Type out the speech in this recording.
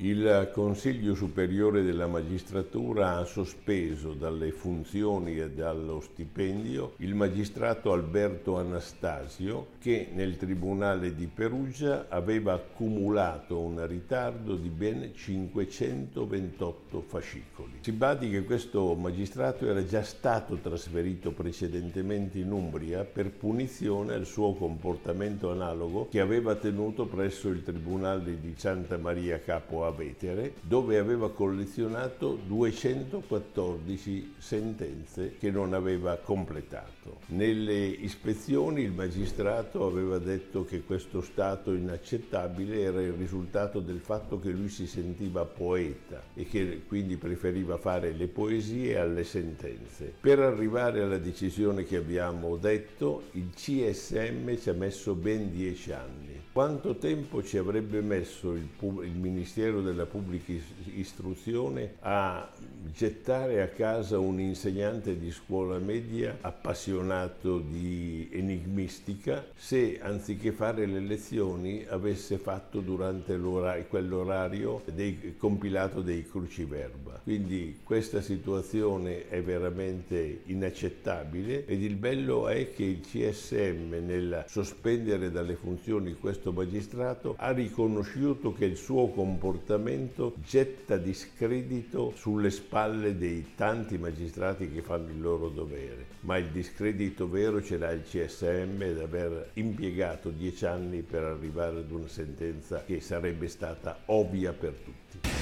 Il Consiglio Superiore della Magistratura ha sospeso dalle funzioni e dallo stipendio il magistrato Alberto Anastasio, che nel Tribunale di Perugia aveva accumulato un ritardo di ben 528 fascicoli. Si badi che questo magistrato era già stato trasferito precedentemente in Umbria per punizione al suo comportamento analogo che aveva tenuto presso il Tribunale di Santa Maria Capua Vetere, dove aveva collezionato 214 sentenze che non aveva completato. Nelle ispezioni il magistrato aveva detto che questo stato inaccettabile era il risultato del fatto che lui si sentiva poeta e che quindi preferiva fare le poesie alle sentenze. Per arrivare alla decisione che abbiamo detto, il CSM ci ha messo ben 10 anni. Quanto tempo ci avrebbe messo il Ministero della Pubblica Istruzione a gettare a casa un insegnante di scuola media appassionato di enigmistica se anziché fare le lezioni avesse fatto durante quell'orario compilato dei cruciverba? Quindi questa situazione è veramente inaccettabile ed il bello è che il CSM nel sospendere dalle funzioni questo magistrato ha riconosciuto che il suo comportamento getta discredito sulle spalle dei tanti magistrati che fanno il loro dovere, ma il discredito vero ce l'ha il CSM ed aver impiegato 10 anni per arrivare ad una sentenza che sarebbe stata ovvia per tutti.